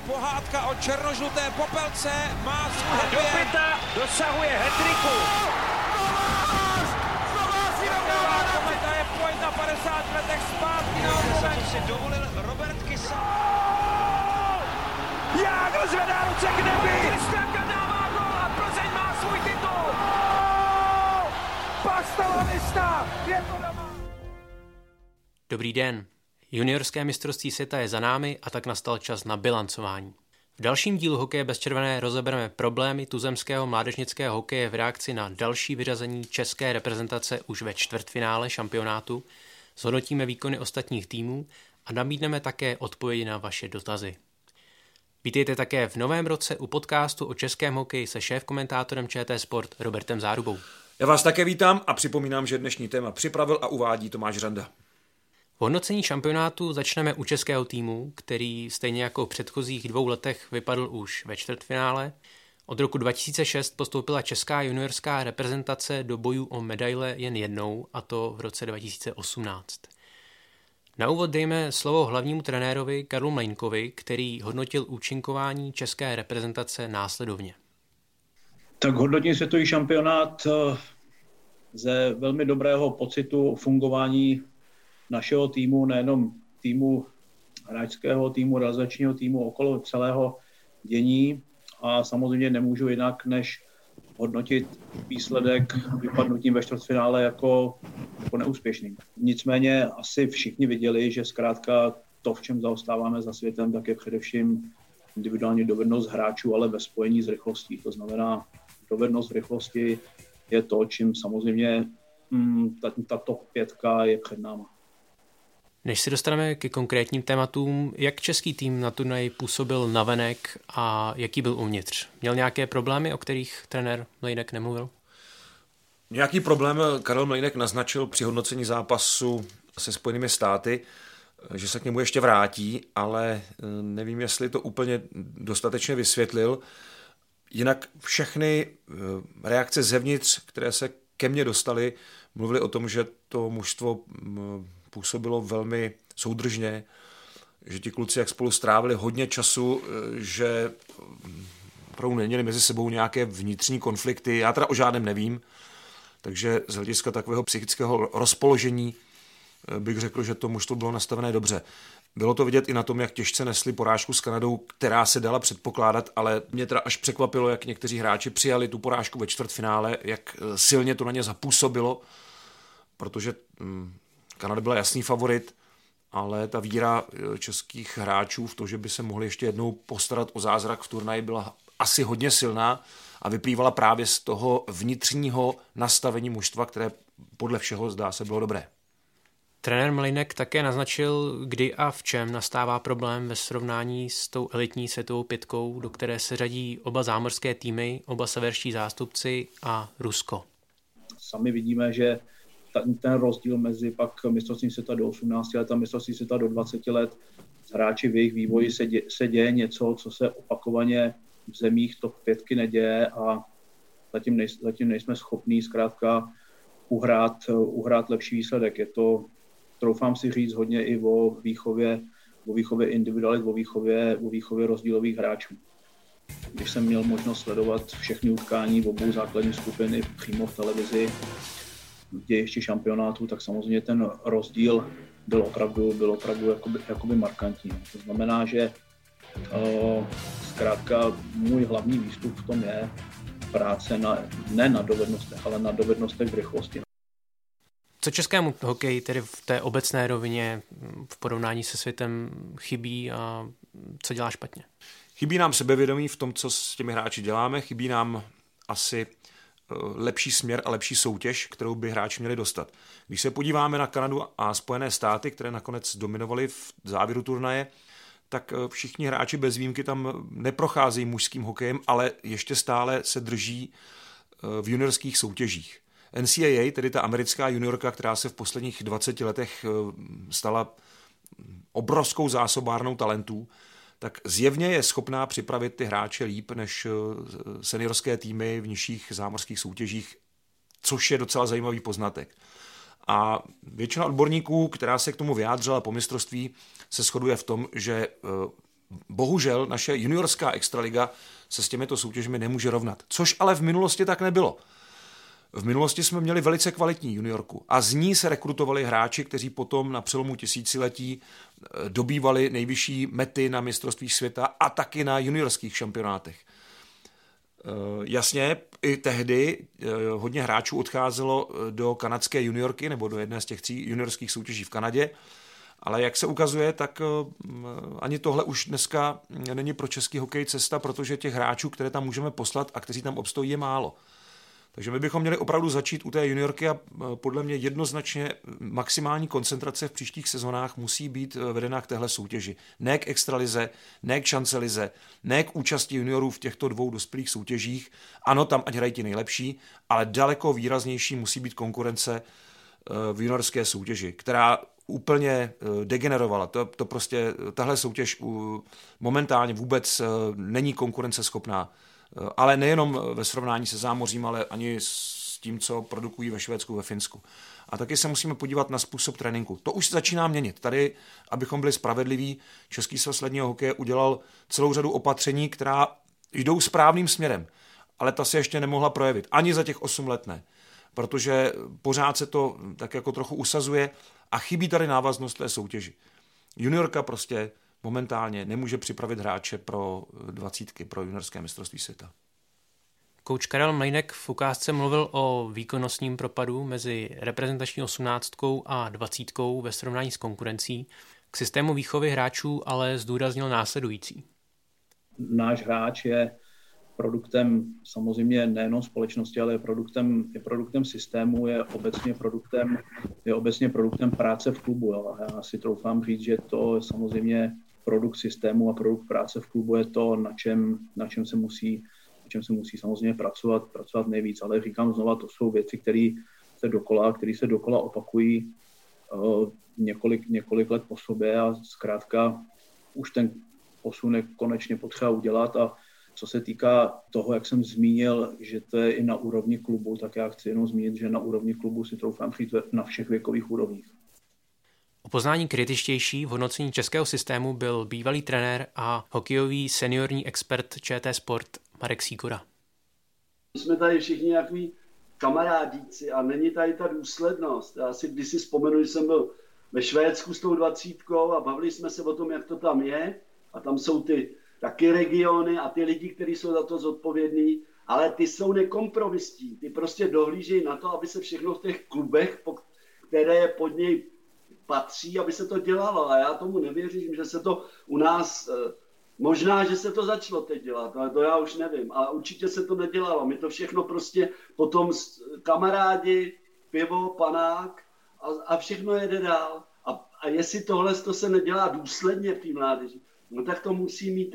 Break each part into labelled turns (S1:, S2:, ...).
S1: pohádka o černožluté popelce má svůj happy end.
S2: Dopita dosahuje hat-tricku.
S1: Kometa je pojď na 50 letech zpátky na obloven.
S2: Co si dovolil Robert Kysa.
S1: Jágr zvedá ruce k nebi.
S2: Kristianka dává gól a Plzeň má svůj titul.
S1: Pastalanista je to doma.
S3: Dobrý den. Juniorské mistrovství světa je za námi a tak nastal čas na bilancování. V dalším dílu Hokeje bez červené rozebereme problémy tuzemského mládežnického hokeje v reakci na další vyřazení české reprezentace už ve čtvrtfinále šampionátu, zhodnotíme výkony ostatních týmů a nabídneme také odpovědi na vaše dotazy. Vítejte také v novém roce u podcastu o českém hokeji se šéfkomentátorem ČT Sport Robertem Zárubou.
S4: Já vás také vítám a připomínám, že dnešní téma připravil a uvádí Tomáš Řanda.
S3: V hodnocení šampionátu začneme u českého týmu, který stejně jako v předchozích 2 letech vypadl už ve čtvrtfinále. Od roku 2006 postoupila česká juniorská reprezentace do bojů o medaile jen jednou, a to v roce 2018. Na úvod dejme slovo hlavnímu trenérovi Karlu Mlejnkovi, který hodnotil účinkování české reprezentace následovně.
S5: Tak hodnotím světový šampionát ze velmi dobrého pocitu fungování našeho týmu, nejenom týmu hráčského týmu, realizačního týmu, okolo celého dění, a samozřejmě nemůžu jinak než hodnotit výsledek vypadnutím ve čtvrtfinále jako neúspěšný. Nicméně asi všichni viděli, že zkrátka to, v čem zaostáváme za světem, tak je především individuální dovednost hráčů, ale ve spojení s rychlostí. To znamená, dovednost v rychlosti je to, čím samozřejmě ta top 5 je před náma.
S3: Než se dostaneme ke konkrétním tématům, jak český tým na turnaji působil navenek a jaký byl uvnitř? Měl nějaké problémy, o kterých trenér Mlejnek nemluvil?
S4: Nějaký problém Karel Mlejnek naznačil při hodnocení zápasu se Spojenými státy, že se k němu ještě vrátí, ale nevím, jestli to úplně dostatečně vysvětlil. Jinak všechny reakce zevnitř, které se ke mně dostaly, mluvili o tom, že to mužstvo působilo velmi soudržně, že ti kluci jak spolu strávili hodně času, že opravdu neměli mezi sebou nějaké vnitřní konflikty. Já teda o žádném nevím, takže z hlediska takového psychického rozpoložení bych řekl, že to mužstvo bylo nastavené dobře. Bylo to vidět i na tom, jak těžce nesli porážku s Kanadou, která se dala předpokládat, ale mě teda až překvapilo, jak někteří hráči přijali tu porážku ve čtvrtfinále, jak silně to na ně zapůsobilo, protože Kanada byla jasný favorit, ale ta víra českých hráčů v to, že by se mohli ještě jednou postarat o zázrak v turnaji, byla asi hodně silná a vyplývala právě z toho vnitřního nastavení mužstva, které podle všeho zdá se bylo dobré.
S3: Trenér Mlejnek také naznačil, kdy a v čem nastává problém ve srovnání s tou elitní světovou 5, do které se řadí oba zámořské týmy, oba severští zástupci a Rusko. Sami
S5: vidíme, že ten rozdíl mezi pak mistrovstvím světa do 18 let a mistrovství světa do 20 let, s hráči v jejich vývoji se děje něco, co se opakovaně v zemích top 5 neděje, a zatím nejsme schopní zkrátka uhrát lepší výsledek. Je to, troufám si říct, hodně i o výchově individualit, o výchově rozdílových hráčů. Když jsem měl možnost sledovat všechny utkání v obou základní skupiny přímo v televizi v dějišti šampionátu, tak samozřejmě ten rozdíl byl opravdu jakoby markantní. To znamená, že zkrátka můj hlavní výstup v tom je práce ne na dovednostech, ale na dovednostech v rychlosti.
S3: Co českému hokeji tedy v té obecné rovině v porovnání se světem chybí a co dělá špatně?
S4: Chybí nám sebevědomí v tom, co s těmi hráči děláme, chybí nám asi lepší směr a lepší soutěž, kterou by hráči měli dostat. Když se podíváme na Kanadu a Spojené státy, které nakonec dominovaly v závěru turnaje, tak všichni hráči bez výjimky tam neprocházejí mužským hokejem, ale ještě stále se drží v juniorských soutěžích. NCAA, tedy ta americká juniorka, která se v posledních 20 letech stala obrovskou zásobárnou talentů, tak zjevně je schopná připravit ty hráče líp než seniorské týmy v nižších zámořských soutěžích, což je docela zajímavý poznatek. A většina odborníků, která se k tomu vyjádřila po mistrovství, se shoduje v tom, že bohužel naše juniorská extraliga se s těmito soutěžmi nemůže rovnat. Což ale v minulosti tak nebylo. V minulosti jsme měli velice kvalitní juniorku a z ní se rekrutovali hráči, kteří potom na přelomu tisíciletí dobývali nejvyšší mety na mistrovství světa a taky na juniorských šampionátech. Jasně, i tehdy hodně hráčů odcházelo do kanadské juniorky nebo do jedné z těch 3 juniorských soutěží v Kanadě, ale jak se ukazuje, tak ani tohle už dneska není pro český hokej cesta, protože těch hráčů, které tam můžeme poslat a kteří tam obstojí, je málo. Takže my bychom měli opravdu začít u té juniorky a podle mě jednoznačně maximální koncentrace v příštích sezonách musí být vedena k téhle soutěži. Ne k extralize, ne k šancelize, ne k účasti juniorů v těchto 2 dospělých soutěžích. Ano, tam ať hrají ti nejlepší, ale daleko výraznější musí být konkurence v juniorské soutěži, která úplně degenerovala. To prostě, tahle soutěž momentálně vůbec není konkurenceschopná. Ale nejenom ve srovnání se zámořím, ale ani s tím, co produkují ve Švédsku, ve Finsku. A taky se musíme podívat na způsob tréninku. To už začíná měnit. Tady, abychom byli spravedliví, Český svaz ledního hokeje udělal celou řadu opatření, která jdou správným směrem, ale ta se ještě nemohla projevit. Ani za těch 8 let ne. Protože pořád se to tak jako trochu usazuje a chybí tady návaznost té soutěži. Juniorka prostě momentálně nemůže připravit hráče pro 20, pro juniorské mistrovství světa.
S3: Kouč Karel Mlejnek v ukázce mluvil o výkonnostním propadu mezi reprezentační 18 a 20 ve srovnání s konkurencí. K systému výchovy hráčů ale zdůraznil následující.
S5: Náš hráč je produktem samozřejmě nejenom společnosti, ale je produktem systému, je obecně produktem práce v klubu. Jo. Já si troufám říct, že to samozřejmě produkt systému a produkt práce v klubu je to, na čem se musí samozřejmě pracovat nejvíc. Ale říkám znova, to jsou věci, které se dokola opakují několik let po sobě a zkrátka už ten posun je konečně potřeba udělat. A co se týká toho, jak jsem zmínil, že to je i na úrovni klubu, tak já chci jenom zmínit, že na úrovni klubu si troufám říct na všech věkových úrovních.
S3: O poznání kritičtější v hodnocení českého systému byl bývalý trenér a hokejový seniorní expert ČT Sport Marek Sýkora.
S6: Jsme tady všichni nějaký kamarádíci a není tady ta důslednost. Já si kdysi vzpomenu, že jsem byl ve Švédsku s tou 20 a bavili jsme se o tom, jak to tam je a tam jsou ty taky regiony a ty lidi, kteří jsou za to zodpovědní, ale ty jsou nekompromisní. Ty prostě dohlížejí na to, aby se všechno v těch klubech, které pod něj patří, aby se to dělalo. A já tomu nevěřím, že se to u nás, možná, že se to začalo teď dělat, ale to já už nevím. Ale určitě se to nedělalo. My to všechno prostě potom kamarádi, pivo, panák a všechno jede dál. A jestli tohle to se nedělá důsledně v té mládeži, no tak to musí mít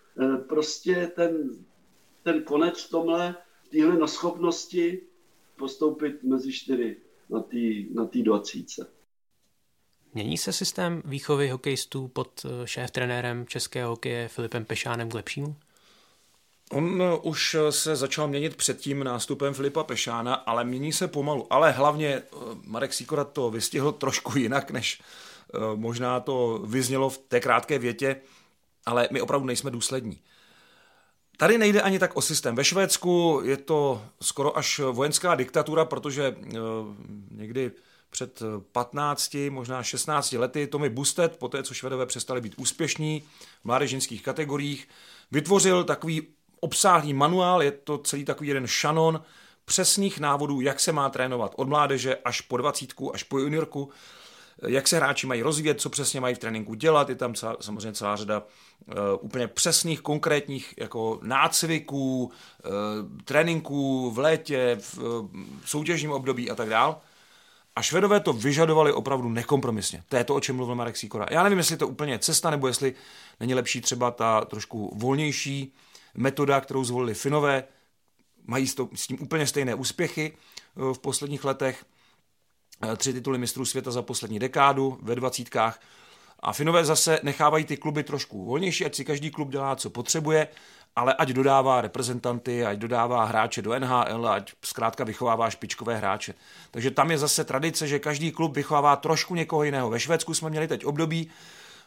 S6: ten konec v tomhle, v téhle neschopnosti postoupit mezi 4 na té 20.
S3: Mění se systém výchovy hokejistů pod šéftrenérem českého hokeje Filipem Pešánem k lepšímu?
S4: On už se začal měnit před tím nástupem Filipa Pešána, ale mění se pomalu. Ale hlavně Marek Sýkora to vystihl trošku jinak, než možná to vyznělo v té krátké větě, ale my opravdu nejsme důslední. Tady nejde ani tak o systém. Ve Švédsku je to skoro až vojenská diktatura, protože někdy před 15, možná 16 lety Tommy Busted, poté co Švédové přestali být úspěšní v mládežnických kategoriích, vytvořil takový obsáhlý manuál, je to celý takový jeden šanon přesných návodů, jak se má trénovat od mládeže až po 20, až po juniorku, jak se hráči mají rozvíjet, co přesně mají v tréninku dělat. Je tam samozřejmě celá řada úplně přesných, konkrétních jako nácviků, tréninků v létě, v soutěžním období a tak dál. A Švédové to vyžadovali opravdu nekompromisně. To je to, o čem mluvil Marek Sýkora. Já nevím, jestli to úplně cesta, nebo jestli není lepší třeba ta trošku volnější metoda, kterou zvolili Finové. Mají s tím úplně stejné úspěchy v posledních letech. 3 tituly mistrů světa za poslední dekádu ve 20. A Finové zase nechávají ty kluby trošku volnější, ať si každý klub dělá, co potřebuje, ale ať dodává reprezentanty, ať dodává hráče do NHL, ať zkrátka vychovává špičkové hráče. Takže tam je zase tradice, že každý klub vychovává trošku někoho jiného. Ve Švédsku jsme měli teď období,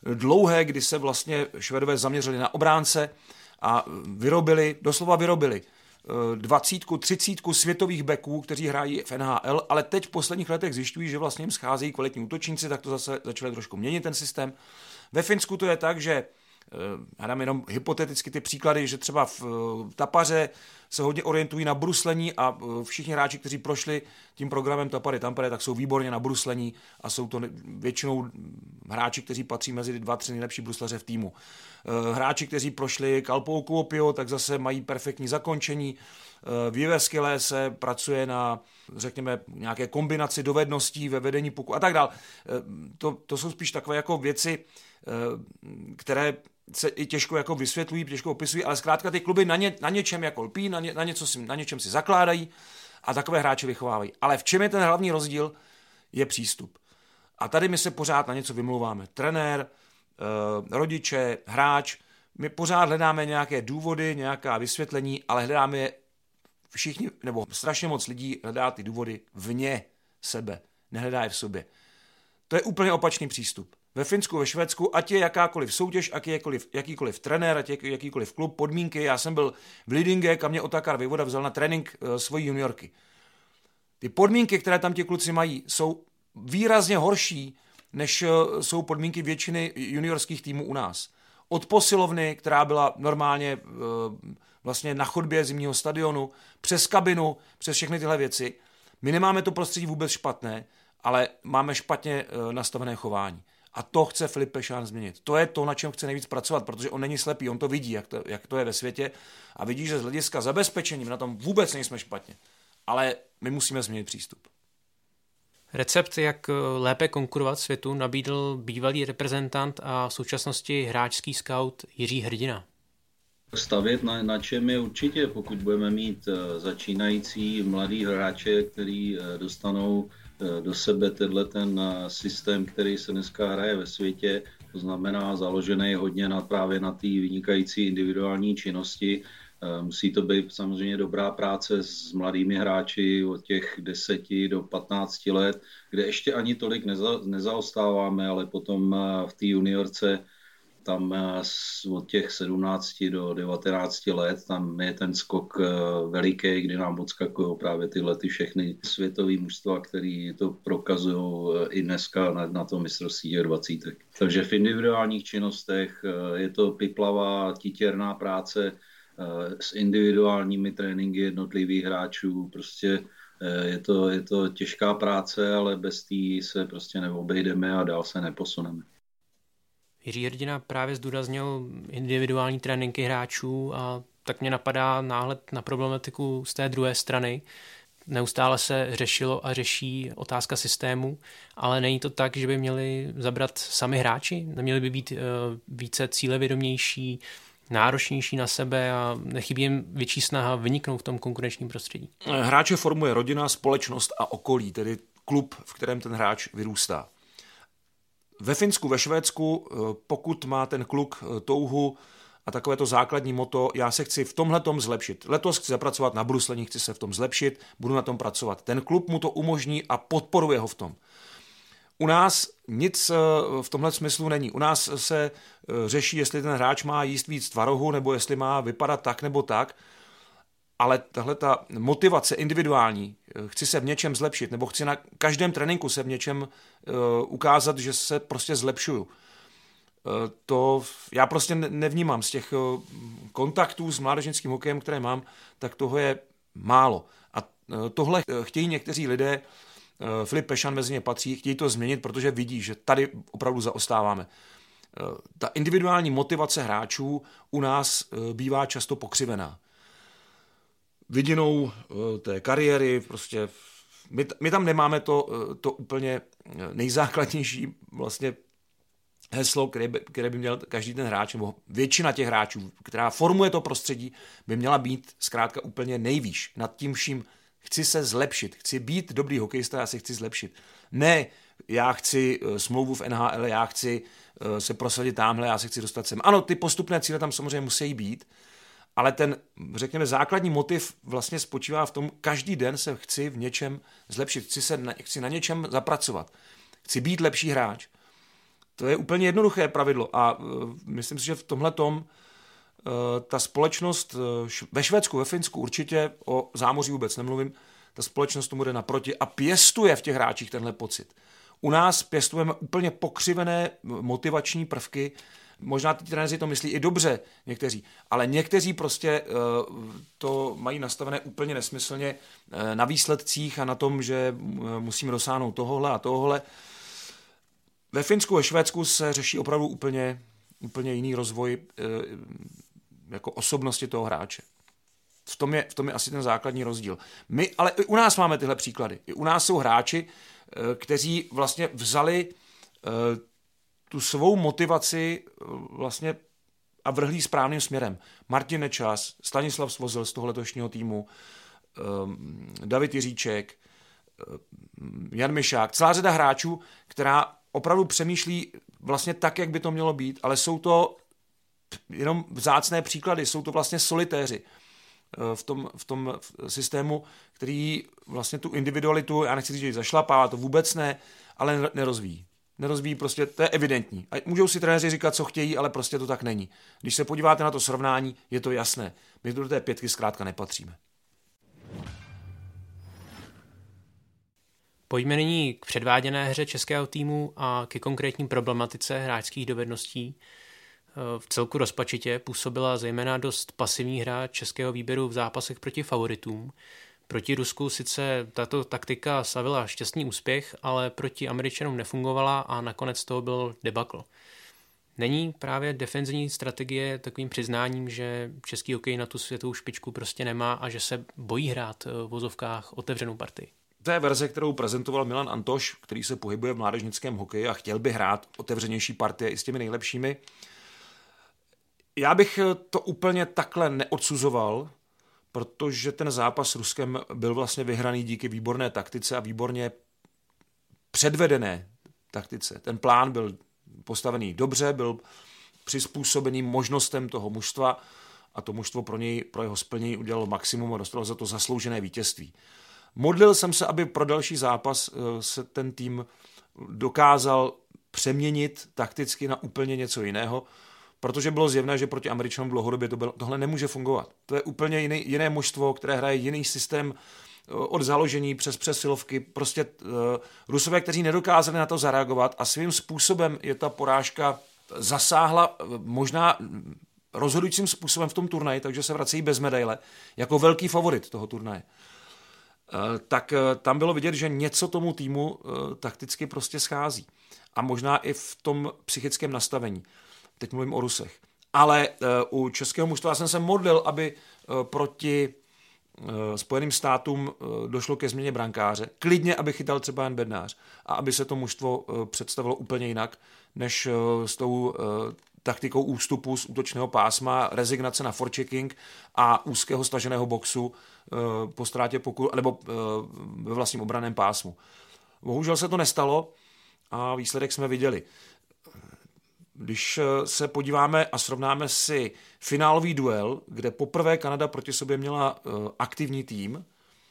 S4: dlouhé, kdy se vlastně Švédové zaměřili na obránce a doslova vyrobili 20, 30 světových beků, kteří hrají v NHL, ale teď v posledních letech zjišťují, že vlastně jim scházejí kvalitní útočníci, tak to zase začali trošku měnit ten systém. Ve Finsku to je tak, že já dám jenom hypoteticky ty příklady, že třeba v Tapaře se hodně orientují na bruslení a všichni hráči, kteří prošli tím programem Tampere, tak jsou výborně na bruslení a jsou to většinou hráči, kteří patří mezi 2-3 nejlepší bruslaře v týmu. Hráči, kteří prošli Kalpou Kuopio, tak zase mají perfektní zakončení. V Jyväskylä se pracuje na, řekněme, nějaké kombinaci dovedností ve vedení puku a tak dále. To jsou spíš takové jako věci, které se i těžko jako vysvětlují, těžko opisují, ale zkrátka ty kluby na něčem jako lpí, na něčem si zakládají a takové hráče vychovávají. Ale v čem je ten hlavní rozdíl? Je přístup. A tady my se pořád na něco vymlouváme. Trenér, rodiče, hráč, my pořád hledáme nějaké důvody, nějaká vysvětlení, ale hledáme je všichni, nebo strašně moc lidí hledá ty důvody vně sebe, nehledá je v sobě. To je úplně opačný přístup. Ve Finsku, ve Švédsku, ať je jakákoliv soutěž, jakýkoliv trenér, ať je jakýkoliv klub, podmínky. Já jsem byl v Lidinghe, kam mě Otakar Vejvoda vzal na trénink svojí juniorky. Ty podmínky, které tam ti kluci mají, jsou výrazně horší, než jsou podmínky většiny juniorských týmů u nás. Od posilovny, která byla normálně vlastně na chodbě zimního stadionu, přes kabinu, přes všechny tyhle věci. My nemáme to prostředí vůbec špatné, ale máme špatně nastavené chování. A to chce Filip Pešán změnit. To je to, na čem chce nejvíc pracovat, protože on není slepý, on to vidí, jak to je ve světě a vidí, že z hlediska zabezpečení na tom vůbec nejsme špatně. Ale my musíme změnit přístup.
S3: Recept, jak lépe konkurovat světu, nabídl bývalý reprezentant a v současnosti hráčský scout Jiří Hrdina.
S7: Stavět na čem je určitě, pokud budeme mít začínající mladý hráče, který dostanou do sebe ten systém, který se dneska hraje ve světě, to znamená založený hodně právě na té vynikající individuální činnosti. Musí to být samozřejmě dobrá práce s mladými hráči od těch 10 do 15 let, kde ještě ani tolik nezaostáváme, ale potom v té juniorce tam od těch 17 do 19 let, tam je ten skok veliký, kdy nám odskakují právě tyhle všechny světové mužstva, které to prokazují i dneska na tom mistrovství 20. Takže v individuálních činnostech je to piplavá, titěrná práce s individuálními tréninky jednotlivých hráčů. Prostě je to těžká práce, ale bez té se prostě neobejdeme a dál se neposuneme.
S3: Jiří Hrdina právě zdůraznil individuální tréninky hráčů a tak mě napadá náhled na problematiku z té druhé strany. Neustále se řešilo a řeší otázka systému, ale není to tak, že by měli zabrat sami hráči? Neměli by být více cílevědomější, náročnější na sebe a nechybí jim větší snaha vyniknout v tom konkurenčním prostředí?
S4: Hráče formuje rodina, společnost a okolí, tedy klub, v kterém ten hráč vyrůstá. Ve Finsku, ve Švédsku, pokud má ten kluk touhu a takové to základní motto, já se chci v tomhletom zlepšit. Letos chci zapracovat na bruslení, chci se v tom zlepšit, budu na tom pracovat. Ten klub mu to umožní a podporuje ho v tom. U nás nic v tomhle smyslu není. U nás se řeší, jestli ten hráč má jíst víc tvarohu, nebo jestli má vypadat tak nebo tak, ale tahle ta motivace individuální, chci se v něčem zlepšit, nebo chci na každém tréninku se v něčem ukázat, že se prostě zlepšuju. To já prostě nevnímám z těch kontaktů s mládežnickým hokejem, které mám, tak toho je málo. A tohle chtějí někteří lidé, Filip Pešan mezi ně patří, chtějí to změnit, protože vidí, že tady opravdu zaostáváme. Ta individuální motivace hráčů u nás bývá často pokřivená. Vidinou té kariéry, prostě my tam nemáme to úplně nejzákladnější vlastně heslo, které by měl každý ten hráč, nebo většina těch hráčů, která formuje to prostředí, by měla být zkrátka úplně nejvýš nad tím vším. Chci se zlepšit, chci být dobrý hokejista, já se chci zlepšit. Ne, já chci smlouvu v NHL, já chci se prosadit tamhle, já se chci dostat sem. Ano, ty postupné cíle tam samozřejmě musí být, ale ten, řekněme, základní motiv vlastně spočívá v tom, každý den se chci v něčem zlepšit, chci na něčem zapracovat, chci být lepší hráč. To je úplně jednoduché pravidlo a myslím si, že v tomhletom ta společnost ve Švédsku, ve Finsku určitě, o zámoří vůbec nemluvím, ta společnost tomu jde naproti a pěstuje v těch hráčích tenhle pocit. U nás pěstujeme úplně pokřivené motivační prvky, možná ty trenéři to myslí i dobře někteří, ale někteří prostě to mají nastavené úplně nesmyslně na výsledcích a na tom, že musíme dosáhnout tohohle a tohohle. Ve Finsku a Švédsku se řeší opravdu úplně jiný rozvoj jako osobnosti toho hráče. V tom je asi ten základní rozdíl. My, ale i u nás máme tyhle příklady. I u nás jsou hráči, kteří vlastně vzali tu svou motivaci vlastně a vrhlí správným směrem. Martin Nečas, Stanislav Svozil z toho letošního týmu, David Jiříček, Jan Mišák, celá řada hráčů, která opravdu přemýšlí vlastně tak, jak by to mělo být, ale jsou to jenom vzácné příklady, jsou to vlastně solitéři v tom systému, který vlastně tu individualitu, já nechci říct, že ji zašlapává, to vůbec ne, ale nerozvíjí. Nerozvíjí prostě, to je evidentní. A můžou si trenéři říkat, co chtějí, ale prostě to tak není. Když se podíváte na to srovnání, je to jasné. My do té pětky zkrátka nepatříme.
S3: Pojďme nyní k předváděné hře českého týmu a ke konkrétní problematice hráčských dovedností. V celku rozpačitě působila zejména dost pasivní hra českého výběru v zápasech proti favoritům. Proti Rusku sice tato taktika slavila šťastný úspěch, ale proti Američanům nefungovala a nakonec toho byl debakl. Není právě defenzivní strategie takovým přiznáním, že český hokej na tu světovou špičku prostě nemá a že se bojí hrát v vozovkách otevřenou partii?
S4: To je verze, kterou prezentoval Milan Antoš, který se pohybuje v mládežnickém hokeji a chtěl by hrát otevřenější partie i s těmi nejlepšími. Já bych to úplně takhle neodsuzoval, protože ten zápas s Ruskem byl vlastně vyhraný díky výborné taktice a výborně předvedené taktice. Ten plán byl postavený dobře, byl přizpůsobený možnostem toho mužstva a to mužstvo pro jeho splnění udělalo maximum a dostalo za to zasloužené vítězství. Modlil jsem se, aby pro další zápas se ten tým dokázal přeměnit takticky na úplně něco jiného, protože bylo zjevné, že proti Američanům dlouhodobě tohle nemůže fungovat. To je úplně jiné mužstvo, které hraje jiný systém od založení přes přesilovky. Prostě Rusové, kteří nedokázali na to zareagovat a svým způsobem je ta porážka zasáhla možná rozhodujícím způsobem v tom turnaji, takže se vracejí bez medaile, jako velký favorit toho turnaje. Tak tam bylo vidět, že něco tomu týmu takticky prostě schází. A možná i v tom psychickém nastavení. Teď mluvím o Rusech. Ale u českého mužstva jsem se modlil, aby proti Spojeným státům došlo ke změně brankáře. Klidně, aby chytal třeba Jan Bednář. A aby se to mužstvo představilo úplně jinak, než s tou taktikou ústupu z útočného pásma, rezignace na forechecking a úzkého staženého boxu po ztrátě nebo ve vlastním obranném pásmu. Bohužel se to nestalo a výsledek jsme viděli. Když se podíváme a srovnáme si finálový duel, kde poprvé Kanada proti sobě měla aktivní tým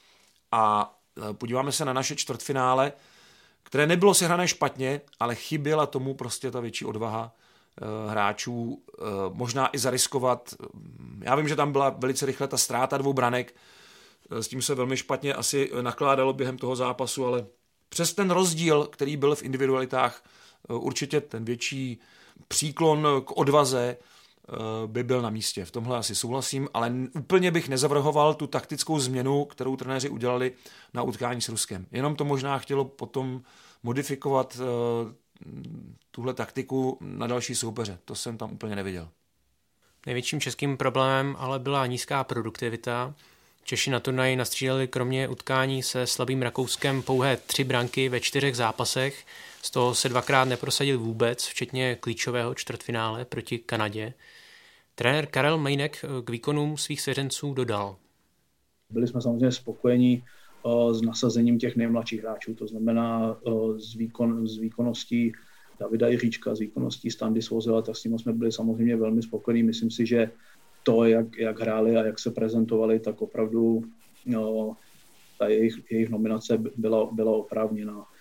S4: a podíváme se na naše čtvrtfinále, které nebylo sehrané špatně, ale chyběla tomu prostě ta větší odvaha hráčů, možná i zariskovat. Já vím, že tam byla velice rychle ta ztráta 2 branek, s tím se velmi špatně asi nakládalo během toho zápasu, ale přes ten rozdíl, který byl v individualitách, určitě ten větší příklon k odvaze by byl na místě. V tomhle asi souhlasím, ale úplně bych nezavrhoval tu taktickou změnu, kterou trenéři udělali na utkání s Ruskem. Jenom to možná chtělo potom modifikovat tuhle taktiku na další soupeře. To jsem tam úplně neviděl.
S3: Největším českým problémem ale byla nízká produktivita. Češi na turnaji nastřídali kromě utkání se slabým Rakouskem pouhé 3 branky ve 4 zápasech. Z toho se 2krát neprosadil vůbec, včetně klíčového čtvrtfinále proti Kanadě. Trenér Karel Mlejnek k výkonům svých svěřenců dodal.
S5: Byli jsme samozřejmě spokojení s nasazením těch nejmladších hráčů, to znamená s výkonností Davida Jiříčka, s výkonností Standy Svozila, tak s tím jsme byli samozřejmě velmi spokojení. Myslím si, že to, jak hráli a jak se prezentovali, tak opravdu ta jejich nominace byla oprávněná.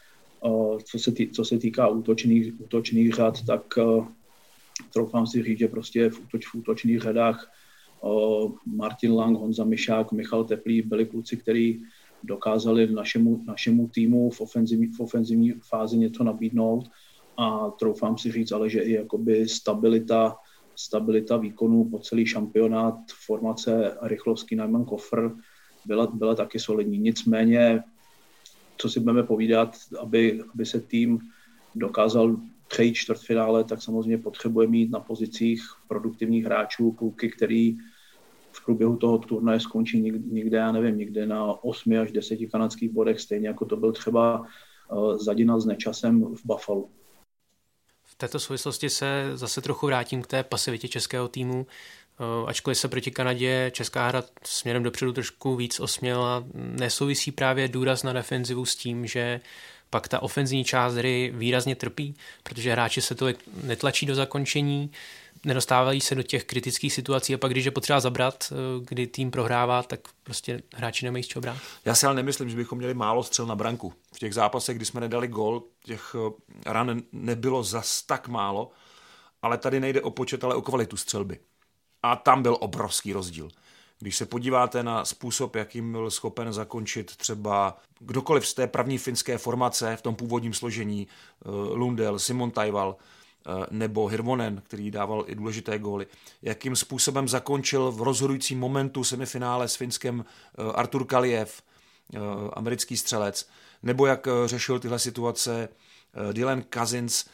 S5: Co se týká útočných řad, tak troufám si říct, že prostě v útočných řadách Martin Lang, Honza Mišák, Michal Teplý byli kluci, kteří dokázali našemu týmu v ofenzivní fázi něco nabídnout a troufám si říct, ale že i jakoby stabilita výkonu po celý šampionát, formace Rychlovský, Neumann, Koffer byla taky solidní. Nicméně, co si budeme povídat, aby se tým dokázal přejít čtvrtfinále, tak samozřejmě potřebuje mít na pozicích produktivních hráčů, kluky, který v průběhu toho turnaje skončí někde na 8 až 10 kanadských bodech, stejně jako to byl třeba Zadina s Nečasem v Buffalo.
S3: V této souvislosti se zase trochu vrátím k té pasivitě českého týmu. Ačkoliv se proti Kanadě česká hra směrem dopředu trošku víc osměla, nesouvisí právě důraz na defenzivu s tím, že pak ta ofenzivní část hry výrazně trpí, protože hráči se tolik netlačí do zakončení, nedostávají se do těch kritických situací a pak, když je potřeba zabrat, kdy tým prohrává, tak prostě hráči nemají z čeho brát.
S4: Já si ale nemyslím, že bychom měli málo střel na branku. V těch zápasech, kdy jsme nedali gól, těch ran nebylo zas tak málo, ale tady nejde o počet, ale o kvalitu střelby. A tam byl obrovský rozdíl. Když se podíváte na způsob, jakým byl schopen zakončit třeba kdokoliv z té první finské formace v tom původním složení, Lundell, Simon Taival nebo Hirvonen, který dával i důležité góly, jakým způsobem zakončil v rozhodujícím momentu semifinále s Finskem Artur Kaliev, americký střelec, nebo jak řešil tyhle situace Dylan Cousins.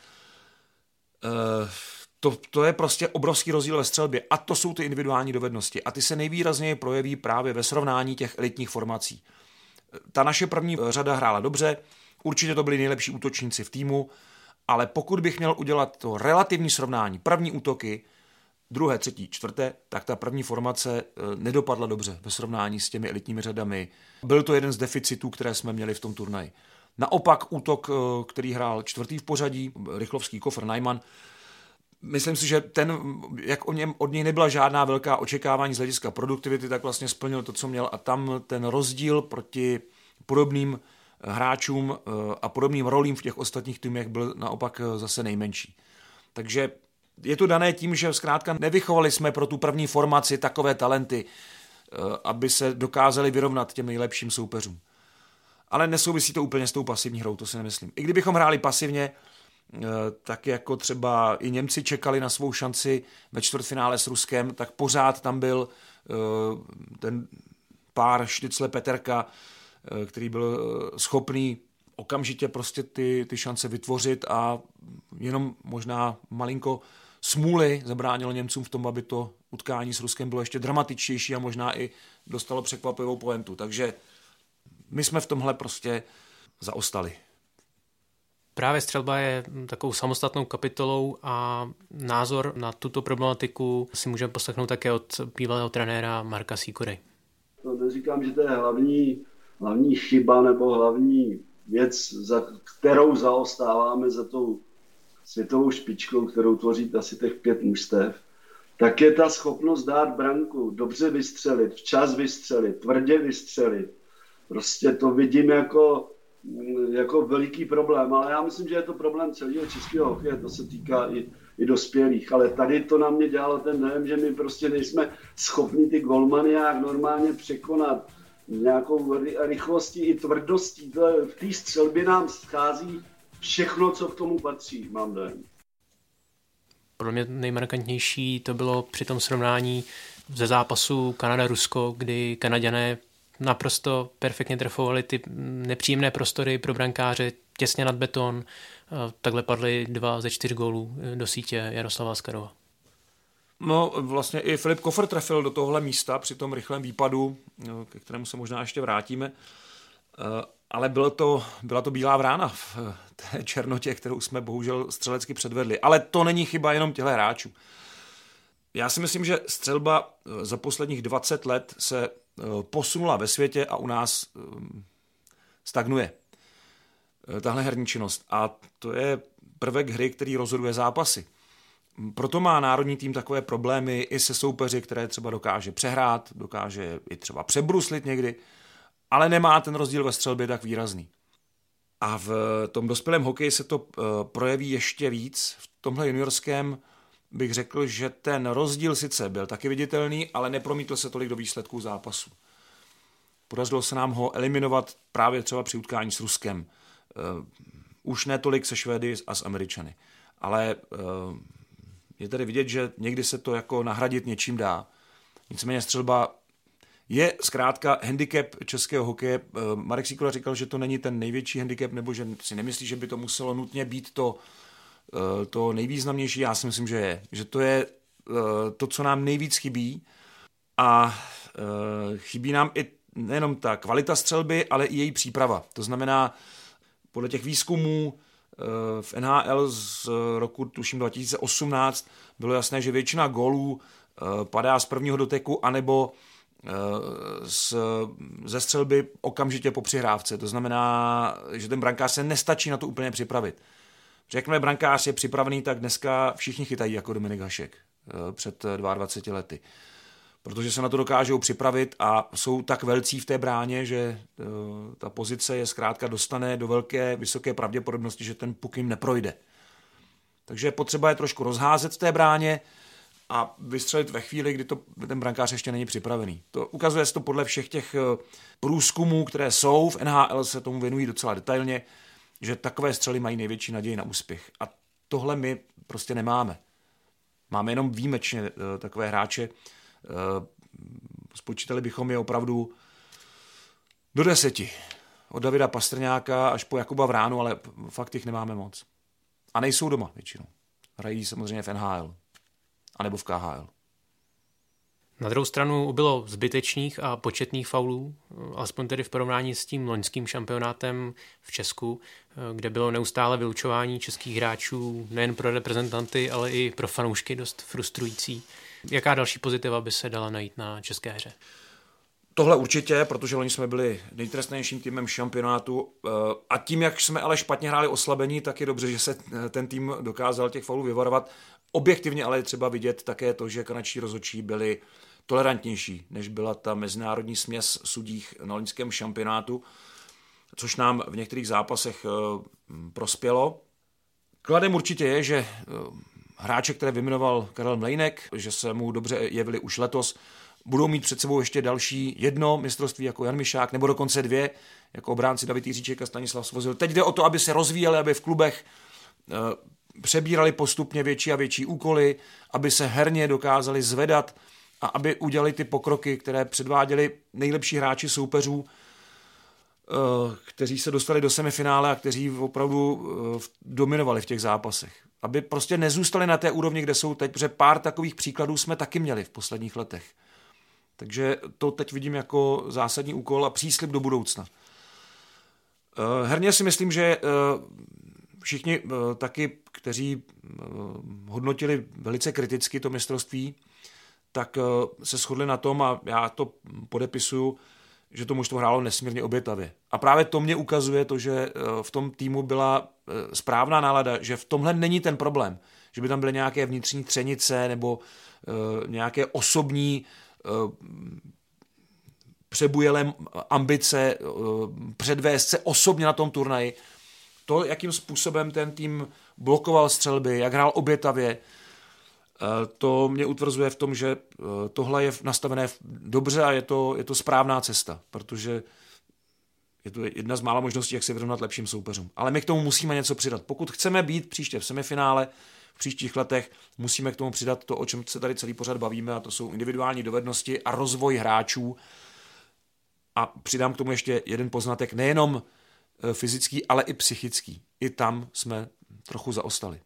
S4: To je prostě obrovský rozdíl ve střelbě a to jsou ty individuální dovednosti a ty se nejvýrazněji projeví právě ve srovnání těch elitních formací. Ta naše první řada hrála dobře, určitě to byli nejlepší útočníci v týmu, ale pokud bych měl udělat to relativní srovnání, první útoky, druhé, třetí, čtvrté, tak ta první formace nedopadla dobře ve srovnání s těmi elitními řadami. Byl to jeden z deficitů, které jsme měli v tom turnaji. Naopak útok, který hrál čtvrtý v pořadí, Rychlovský, Koffer, Neumann, myslím si, že jak od něj nebyla žádná velká očekávání z hlediska produktivity, tak vlastně splnil to, co měl a tam ten rozdíl proti podobným hráčům a podobným rolím v těch ostatních týmech byl naopak zase nejmenší. Takže je to dané tím, že zkrátka nevychovali jsme pro tu první formaci takové talenty, aby se dokázali vyrovnat těm nejlepším soupeřům. Ale nesouvisí to úplně s tou pasivní hrou, to si nemyslím. I kdybychom hráli pasivně, tak jako třeba i Němci čekali na svou šanci ve čtvrtfinále s Ruskem, tak pořád tam byl ten pár Štycle Peterka, který byl schopný okamžitě prostě ty šance vytvořit a jenom možná malinko smůly zabránilo Němcům v tom, aby to utkání s Ruskem bylo ještě dramatičtější a možná i dostalo překvapivou pointu. Takže my jsme v tomhle prostě zaostali.
S3: Právě střelba je takovou samostatnou kapitolou a názor na tuto problematiku si můžeme poslechnout také od bývalého trenéra Marka Sýkory.
S6: To neříkám, že to je hlavní chyba nebo hlavní věc, za kterou zaostáváme za tou světovou špičkou, kterou tvoří asi těch 5 mužstev, tak je ta schopnost dát branku, dobře vystřelit, včas vystřelit, tvrdě vystřelit. Prostě to vidím jako veliký problém, ale já myslím, že je to problém celého českého hokeje, to se týká i dospělých, ale tady to na mě dělalo ten dojem, že my prostě nejsme schopni ty golmany jak normálně překonat nějakou rychlostí i tvrdostí. V té střelbě nám schází všechno, co k tomu patří, mám dojem.
S3: Pro mě nejmarkantnější to bylo při tom srovnání ze zápasu Kanada-Rusko, kdy Kanaďané naprosto perfektně trefovali ty nepříjemné prostory pro brankáře těsně nad beton. Takhle padly 2 ze 4 gólů do sítě Jaroslava Askarova.
S4: No vlastně i Filip Koffer trefil do tohle místa při tom rychlém výpadu, ke kterému se možná ještě vrátíme. Ale byla to bílá vrána v té černotě, kterou jsme bohužel střelecky předvedli. Ale to není chyba jenom těchto hráčů. Já si myslím, že střelba za posledních 20 let se posunula ve světě a u nás stagnuje tahle herní činnost. A to je prvek hry, který rozhoduje zápasy. Proto má národní tým takové problémy i se soupeři, které třeba dokáže přehrát, dokáže i třeba přebruslit někdy, ale nemá ten rozdíl ve střelbě tak výrazný. A v tom dospělém hokeji se to projeví ještě víc. V tomhle juniorském bych řekl, že ten rozdíl sice byl taky viditelný, ale nepromítl se tolik do výsledků zápasu. Podařilo se nám ho eliminovat právě třeba při utkání s Ruskem. Už ne tolik se Švédy a s Američany. Ale je tedy vidět, že někdy se to jako nahradit něčím dá. Nicméně střelba je zkrátka handicap českého hokeje. Marek Sýkola říkal, že to není ten největší handicap, nebo že si nemyslí, že by to muselo nutně být to nejvýznamnější. Já si myslím, že je. Že to je to, co nám nejvíc chybí. A chybí nám i nejenom ta kvalita střelby, ale i její příprava. To znamená, podle těch výzkumů v NHL z roku, tuším 2018, bylo jasné, že většina gólů padá z prvního doteku anebo ze střelby okamžitě po přihrávce. To znamená, že ten brankář se nestačí na to úplně připravit. Jakmile brankář je připravený, tak dneska všichni chytají jako Dominik Hašek před 22 lety. Protože se na to dokážou připravit a jsou tak velcí v té bráně, že ta pozice je zkrátka dostane do vysoké pravděpodobnosti, že ten puk jim neprojde. Takže potřeba je trošku rozházet v té bráně a vystřelit ve chvíli, kdy ten brankář ještě není připravený. Ukazuje se to podle všech těch průzkumů, které jsou. V NHL se tomu věnují docela detailně, že takové střely mají největší naději na úspěch. A tohle my prostě nemáme. Máme jenom výjimečně takové hráče. Spočítali bychom je opravdu do 10. Od Davida Pastrňáka až po Jakuba Vránu, ale fakt jich nemáme moc. A nejsou doma většinou. Hrají samozřejmě v NHL. Anebo v KHL.
S3: Na druhou stranu bylo zbytečných a početných faulů, alespoň tedy v porovnání s tím loňským šampionátem v Česku, kde bylo neustále vylučování českých hráčů nejen pro reprezentanty, ale i pro fanoušky dost frustrující. Jaká další pozitiva by se dala najít na české hře?
S4: Tohle určitě, protože loni jsme byli nejtrestnějším týmem šampionátu a tím, jak jsme ale špatně hráli oslabení, tak je dobře, že se ten tým dokázal těch faulů vyvarovat. Objektivně ale je třeba vidět také to, že kanadští rozhodčí byli tolerantnější, než byla ta mezinárodní směs sudích na loňském šampionátu, což nám v některých zápasech prospělo. Kladem určitě je, že hráče, které vyjmenoval Karel Mlejnek, že se mu dobře jevili už letos, budou mít před sebou ještě další jedno mistrovství jako Jan Mišák, nebo dokonce 2, jako obránci David Jiříček a Stanislav Svozil. Teď jde o to, aby se rozvíjeli, aby v klubech přebírali postupně větší a větší úkoly, aby se herně dokázali zvedat a aby udělali ty pokroky, které předváděli nejlepší hráči soupeřů, kteří se dostali do semifinále a kteří opravdu dominovali v těch zápasech. Aby prostě nezůstali na té úrovni, kde jsou teď, protože pár takových příkladů jsme taky měli v posledních letech. Takže to teď vidím jako zásadní úkol a příslib do budoucna. Herně si myslím, že všichni taky, kteří hodnotili velice kriticky to mistrovství, tak se shodli na tom, a já to podepisuju, že to mužstvo hrálo nesmírně obětavě. A právě to mě ukazuje to, že v tom týmu byla správná nálada, že v tomhle není ten problém, že by tam byly nějaké vnitřní třenice nebo nějaké osobní přebujelé ambice předvést se osobně na tom turnaji. To, jakým způsobem ten tým blokoval střelby, jak hrál obětavě, to mě utvrzuje v tom, že tohle je nastavené dobře a je to správná cesta, protože je to jedna z mála možností, jak se vyrovnat lepším soupeřům. Ale my k tomu musíme něco přidat. Pokud chceme být příště v semifinále, v příštích letech, musíme k tomu přidat to, o čem se tady celý pořad bavíme, a to jsou individuální dovednosti a rozvoj hráčů. A přidám k tomu ještě jeden poznatek, nejenom fyzický, ale i psychický. I tam jsme trochu zaostali.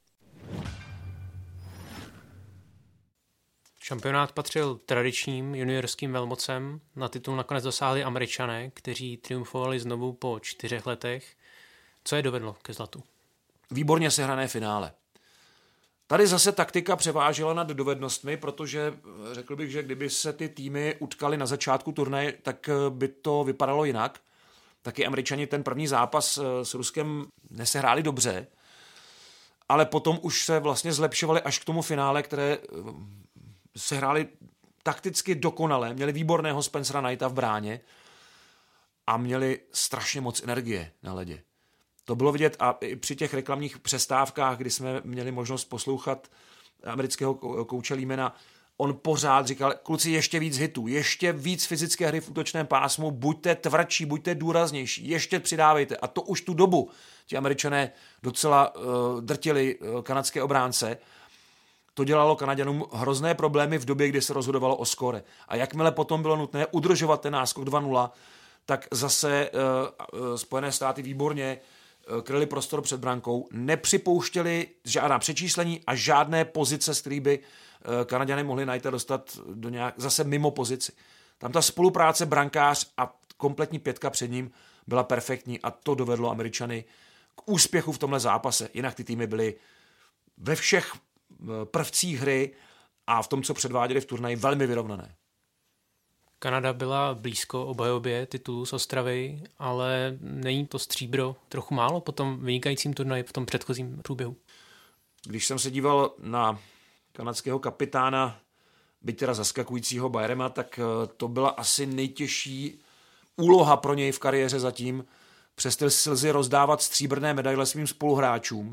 S3: Šampionát patřil tradičním juniorským velmocem. Na titul nakonec dosáhli Američané, kteří triumfovali znovu po 4 letech. Co je dovedlo ke zlatu?
S4: Výborně sehrané finále. Tady zase taktika převážela nad dovednostmi, protože řekl bych, že kdyby se ty týmy utkaly na začátku turnaje, tak by to vypadalo jinak. Taky Američani ten první zápas s Ruskem nesehráli dobře, ale potom už se vlastně zlepšovali až k tomu finále, které se hráli takticky dokonale, měli výborného Spencera Knighta v bráně a měli strašně moc energie na ledě. To bylo vidět a i při těch reklamních přestávkách, kdy jsme měli možnost poslouchat amerického kouče Leemana, on pořád říkal, kluci, ještě víc hitů, ještě víc fyzické hry v útočném pásmu, buďte tvrdší, buďte důraznější, ještě přidávejte. A to už tu dobu ti Američané docela drtili kanadské obránce. To dělalo Kanaďanům hrozné problémy v době, kdy se rozhodovalo o skóre. A jakmile potom bylo nutné udržovat ten náskok 2-0, tak zase Spojené státy výborně kryli prostor před brankou, nepřipouštěli žádná přečíslení a žádné pozice, z kterých by Kanaďané mohli najít a dostat do zase mimo pozici. Tam ta spolupráce brankář a kompletní pětka před ním byla perfektní a to dovedlo Američany k úspěchu v tomhle zápase. Jinak ty týmy byly ve všech prvcích hry a v tom, co předváděli v turnaji, velmi vyrovnané.
S3: Kanada byla blízko obhajobě titulu z Ostravy, ale není to stříbro trochu málo po tom vynikajícím turnaji v tom předchozím průběhu?
S4: Když jsem se díval na kanadského kapitána, byť teda zaskakujícího Byerema, tak to byla asi nejtěžší úloha pro něj v kariéře zatím. Přes ty slzy rozdávat stříbrné medaile svým spoluhráčům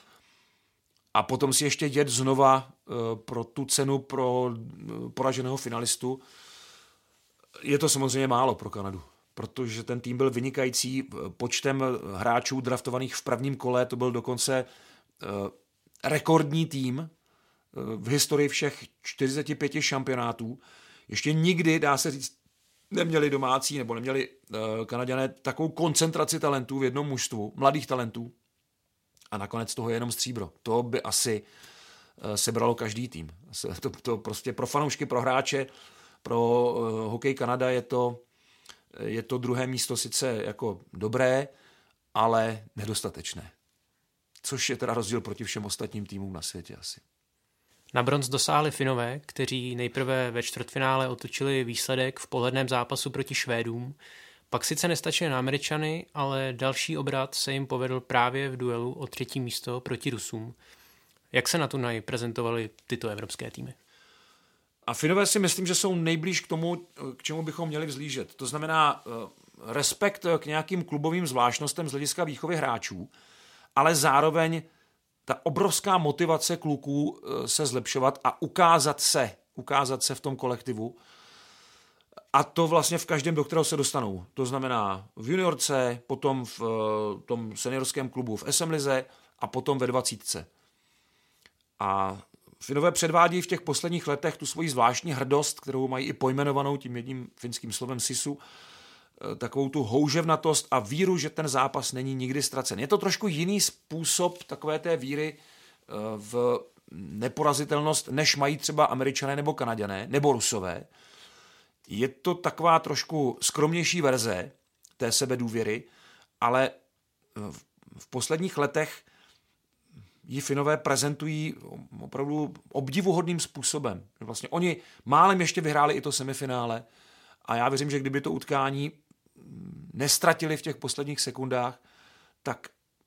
S4: a potom si ještě jet znova pro tu cenu pro poraženého finalistu. Je to samozřejmě málo pro Kanadu, protože ten tým byl vynikající počtem hráčů draftovaných v prvním kole, to byl dokonce rekordní tým v historii všech 45 šampionátů. Ještě nikdy, dá se říct, neměli domácí nebo neměli Kanaďané takovou koncentraci talentů v jednom mužstvu, mladých talentů a nakonec toho je jenom stříbro. To by asi sebralo každý tým. To prostě pro fanoušky, pro hráče, pro hokej Kanada je to druhé místo sice jako dobré, ale nedostatečné. Což je teda rozdíl proti všem ostatním týmům na světě asi.
S3: Na bronz dosáhli Finové, kteří nejprve ve čtvrtfinále otočili výsledek v pohledném zápasu proti Švédům. Pak sice nestačili na Američany, ale další obrat se jim povedl právě v duelu o třetí místo proti Rusům. Jak se na turnaji prezentovaly tyto evropské týmy?
S4: A Finové si myslím, že jsou nejblíž k tomu, k čemu bychom měli vzlížet. To znamená respekt k nějakým klubovým zvláštnostem z hlediska výchovy hráčů, ale zároveň ta obrovská motivace kluků se zlepšovat a ukázat se v tom kolektivu. A to vlastně v každém, do kterého se dostanou. To znamená v juniorce, potom v tom seniorském klubu v SM lize a potom ve 20. A Finové předvádí v těch posledních letech tu svoji zvláštní hrdost, kterou mají i pojmenovanou tím jedním finským slovem sisu, takovou tu houževnatost a víru, že ten zápas není nikdy ztracen. Je to trošku jiný způsob takové té víry v neporazitelnost, než mají třeba Američané nebo Kanaďané nebo Rusové. Je to taková trošku skromnější verze té sebedůvěry, ale v posledních letech ji Finové prezentují opravdu obdivuhodným způsobem. Vlastně oni málem ještě vyhráli i to semifinále a já věřím, že kdyby to utkání nestratili v těch posledních sekundách, tak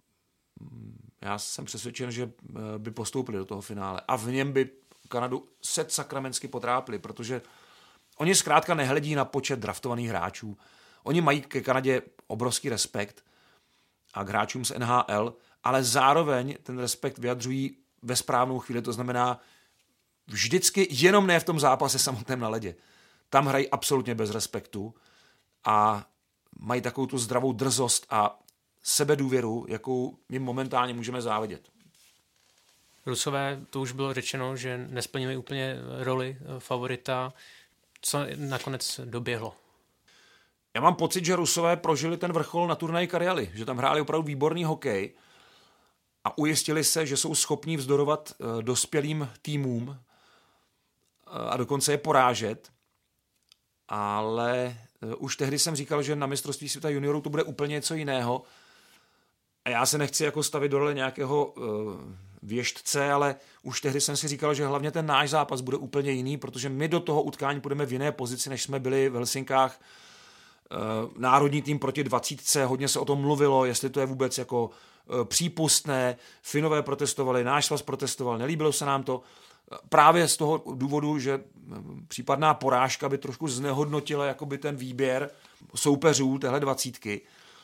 S4: já jsem přesvědčen, že by postoupili do toho finále a v něm by Kanadu sakramensky potrápili, protože oni zkrátka nehledí na počet draftovaných hráčů. Oni mají ke Kanadě obrovský respekt a k hráčům z NHL, ale zároveň ten respekt vyjadřují ve správnou chvíli. To znamená vždycky jenom ne v tom zápase samotném na ledě. Tam hrají absolutně bez respektu a mají takovou tu zdravou drzost a sebedůvěru, jakou jim momentálně můžeme závidět.
S3: Rusové, to už bylo řečeno, že nesplnili úplně roli favorita. Co nakonec doběhlo?
S4: Já mám pocit, že Rusové prožili ten vrchol na turnaji Karjaly, že tam hráli opravdu výborný hokej a ujistili se, že jsou schopní vzdorovat dospělým týmům a dokonce je porážet. Ale už tehdy jsem říkal, že na mistrovství světa juniorů to bude úplně něco jiného. A já se nechci jako stavit do role nějakého věštce, ale už tehdy jsem si říkal, že hlavně ten náš zápas bude úplně jiný, protože my do toho utkání půjdeme v jiné pozici, než jsme byli v Helsinkách. Národní tým proti 20. Hodně se o tom mluvilo, jestli to je vůbec jako přípustné. Finové protestovali, náš svaz protestoval, nelíbilo se nám to. Právě z toho důvodu, že případná porážka by trošku znehodnotila jakoby ten výběr soupeřů téhle 20.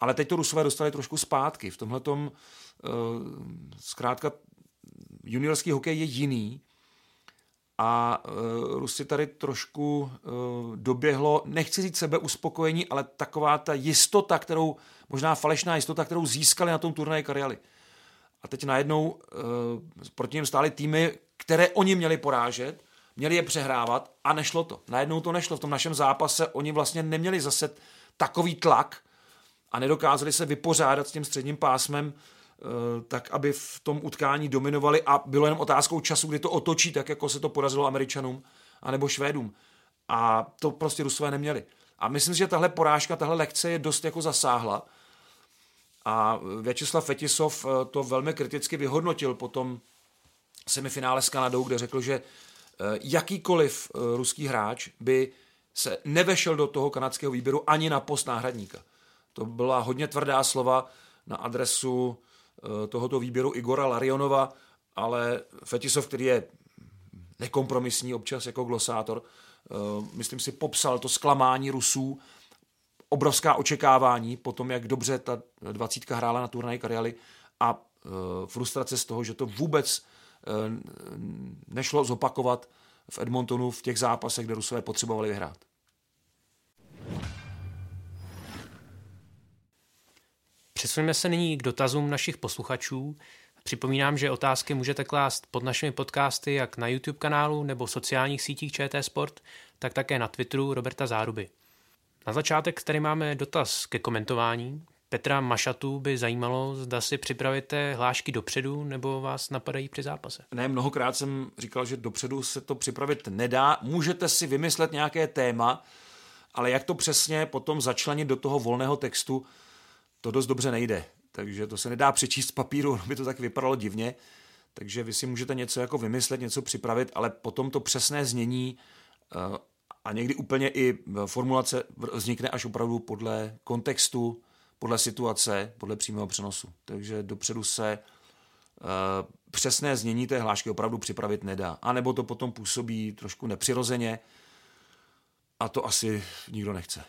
S4: Ale teď to Rusové dostali trošku zpátky. V tomhletom zkrátka juniorský hokej je jiný a Rusy tady trošku doběhlo, nechci říct sebeuspokojení, ale taková ta jistota, možná falešná jistota, kterou získali na tom turnaji Karjaly. A teď najednou proti něm stály týmy, které oni měli porážet, měli je přehrávat a nešlo to. Najednou to nešlo. V tom našem zápase oni vlastně neměli zase takový tlak a nedokázali se vypořádat s tím středním pásmem tak, aby v tom utkání dominovali a bylo jenom otázkou času, kdy to otočí, tak jako se to podařilo Američanům anebo Švédům. A to prostě Rusové neměli. A myslím si, že tahle porážka, tahle lekce je dost jako zasáhla. A Vjačeslav Fetisov to velmi kriticky vyhodnotil po tom semifinále s Kanadou, kde řekl, že jakýkoliv ruský hráč by se nevešel do toho kanadského výběru ani na post náhradníka. To byla hodně tvrdá slova na adresu tohoto výběru Igora Larionova, ale Fetisov, který je nekompromisní občas jako glosátor, myslím si, popsal to zklamání Rusů, obrovská očekávání po tom, jak dobře ta 20 hrála na turnaji Karjaly a frustrace z toho, že to vůbec nešlo zopakovat v Edmontonu v těch zápasech, kde Rusové potřebovali vyhrát.
S3: Přesuneme se nyní k dotazům našich posluchačů. Připomínám, že otázky můžete klást pod našimi podcasty jak na YouTube kanálu nebo sociálních sítích ČT Sport, tak také na Twitteru Roberta Záruby. Na začátek tady máme dotaz ke komentování. Petra Mašatu by zajímalo, zda si připravíte hlášky dopředu nebo vás napadají při zápase.
S4: Ne, mnohokrát jsem říkal, že dopředu se to připravit nedá. Můžete si vymyslet nějaké téma, ale jak to přesně potom začlenit do toho volného textu, to dost dobře nejde. Takže to se nedá přečíst z papíru, by to tak vypadalo divně. Takže vy si můžete něco jako vymyslet, něco připravit, ale potom to přesné znění a někdy úplně i formulace vznikne až opravdu podle kontextu, podle situace, podle přímého přenosu. Takže dopředu se přesné znění té hlášky opravdu připravit nedá. A nebo to potom působí trošku nepřirozeně a to asi nikdo nechce.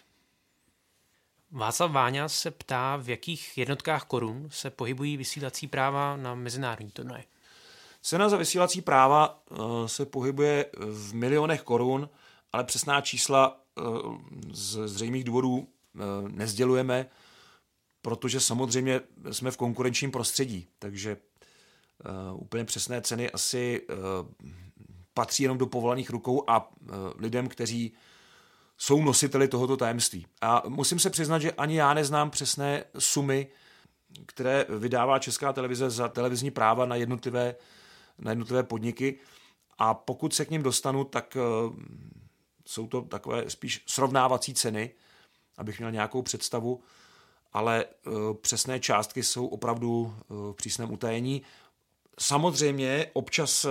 S3: Václav Váňa se ptá, v jakých jednotkách korun se pohybují vysílací práva na mezinárodní turnaj.
S4: Cena za vysílací práva se pohybuje v milionech korun, ale přesná čísla z zřejmých důvodů nesdělujeme, protože samozřejmě jsme v konkurenčním prostředí, takže úplně přesné ceny asi patří jenom do povolaných rukou a lidem, kteří jsou nositeli tohoto tajemství. A musím se přiznat, že ani já neznám přesné sumy, které vydává Česká televize za televizní práva na jednotlivé podniky a pokud se k nim dostanu, tak jsou to takové spíš srovnávací ceny, abych měl nějakou představu, ale přesné částky jsou opravdu v přísném utajení. Samozřejmě občas,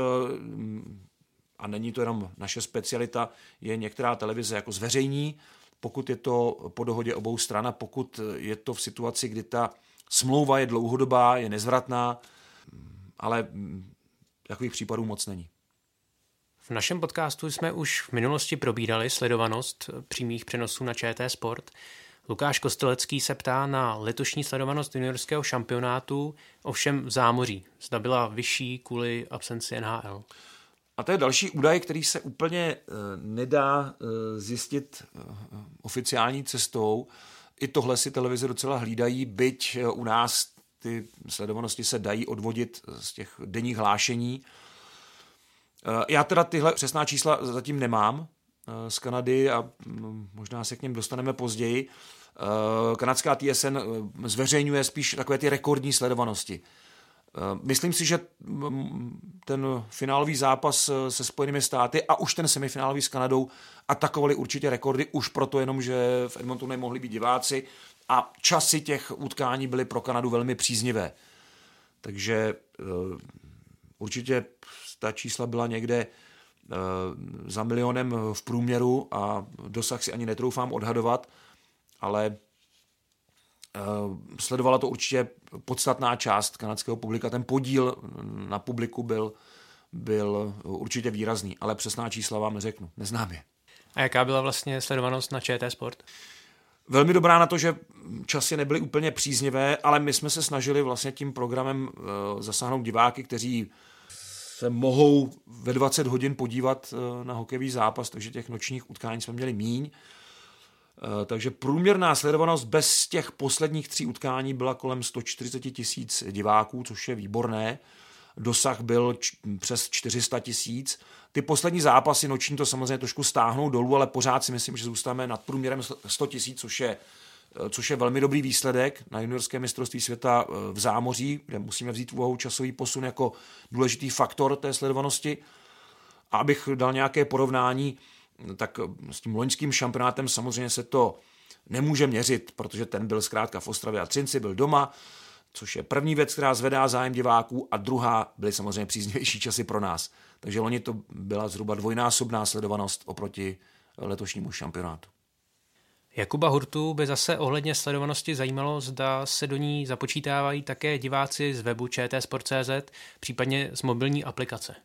S4: a není to jenom naše specialita, je některá televize jako zveřejní, pokud je to po dohodě obou stran a pokud je to v situaci, kdy ta smlouva je dlouhodobá, je nezvratná, ale takových případů moc není.
S3: V našem podcastu jsme už v minulosti probírali sledovanost přímých přenosů na ČT Sport. Lukáš Kostelecký se ptá na letošní sledovanost juniorského šampionátu, ovšem v zámoří. Zda byla vyšší kvůli absenci NHL.
S4: A to je další údaj, který se úplně nedá zjistit oficiální cestou. I tohle si televize docela hlídají, byť u nás ty sledovanosti se dají odvodit z těch denních hlášení. Já teda tyhle přesná čísla zatím nemám z Kanady a možná se k něm dostaneme později. Kanadská TSN zveřejňuje spíš takové ty rekordní sledovanosti. Myslím si, že ten finálový zápas se Spojenými státy a už ten semifinálový s Kanadou atakovali určitě rekordy, už proto jenom, že v Edmontonu nemohli být diváci a časy těch utkání byly pro Kanadu velmi příznivé. Takže určitě ta čísla byla někde za milionem v průměru a dosah si ani netroufám odhadovat, ale sledovala to určitě podstatná část kanadského publika. Ten podíl na publiku byl určitě výrazný, ale přesná čísla vám neřeknu, neznám je.
S3: A jaká byla vlastně sledovanost na ČT Sport?
S4: velmi dobrá na to, že časy nebyly úplně příznivé, ale my jsme se snažili vlastně tím programem zasáhnout diváky, kteří se mohou ve 20 hodin podívat na hokejový zápas, takže těch nočních utkání jsme měli míň. Takže průměrná sledovanost bez těch posledních 3 utkání byla kolem 140 000 diváků, což je výborné. Dosah byl přes 400 000. Ty poslední zápasy noční to samozřejmě trošku stáhnou dolů, ale pořád si myslím, že zůstáváme nad průměrem 100 000, což je velmi dobrý výsledek na juniorské mistrovství světa v zámoří, kde musíme vzít v úvahu časový posun jako důležitý faktor té sledovanosti. A abych dal nějaké porovnání, tak s tím loňským šampionátem samozřejmě se to nemůže měřit, protože ten byl zkrátka v Ostravě a Třinci, byl doma, což je první věc, která zvedá zájem diváků, a druhá byly samozřejmě příznivější časy pro nás. Takže loni to byla zhruba dvojnásobná sledovanost oproti letošnímu šampionátu.
S3: Jakuba Hurtu by zase ohledně sledovanosti zajímalo, zda se do ní započítávají také diváci z webu čtsport.cz, případně z mobilní aplikace.